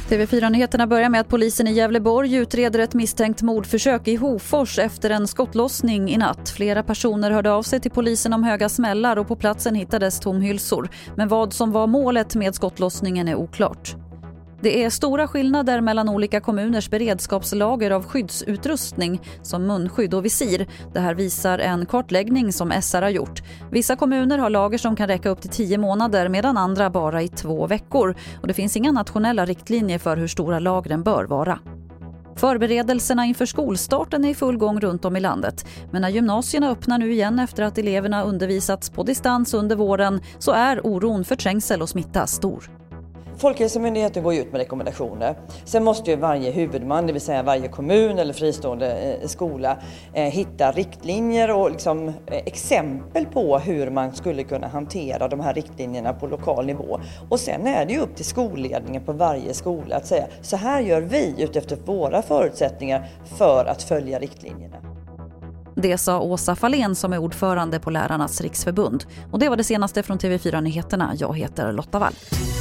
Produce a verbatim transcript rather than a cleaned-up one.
T V fyra-nyheterna börjar med att polisen i Gävleborg utreder ett misstänkt mordförsök i Hofors efter en skottlossning i natt. Flera personer hörde av sig till polisen om höga smällar och på platsen hittades tomhylsor. Men vad som var målet med skottlossningen är oklart. Det är stora skillnader mellan olika kommuners beredskapslager av skyddsutrustning som munskydd och visir. Det här visar en kartläggning som S R har gjort. Vissa kommuner har lager som kan räcka upp till tio månader medan andra bara i två veckor. Och det finns inga nationella riktlinjer för hur stora lagren bör vara. Förberedelserna inför skolstarten är i full gång runt om i landet. Men när gymnasierna öppnar nu igen efter att eleverna undervisats på distans under våren så är oron för trängsel och smitta stor. Folkhälsomyndigheten går ut med rekommendationer. Sen måste ju varje huvudman, det vill säga varje kommun eller fristående eh, skola, eh, hitta riktlinjer och liksom, eh, exempel på hur man skulle kunna hantera de här riktlinjerna på lokal nivå. Och sen är det ju upp till skolledningen på varje skola att säga så här gör vi utefter våra förutsättningar för att följa riktlinjerna. Det sa Åsa Fahlén som är ordförande på Lärarnas riksförbund. Och det var det senaste från T V fyra-nyheterna. Jag heter Lotta Wall.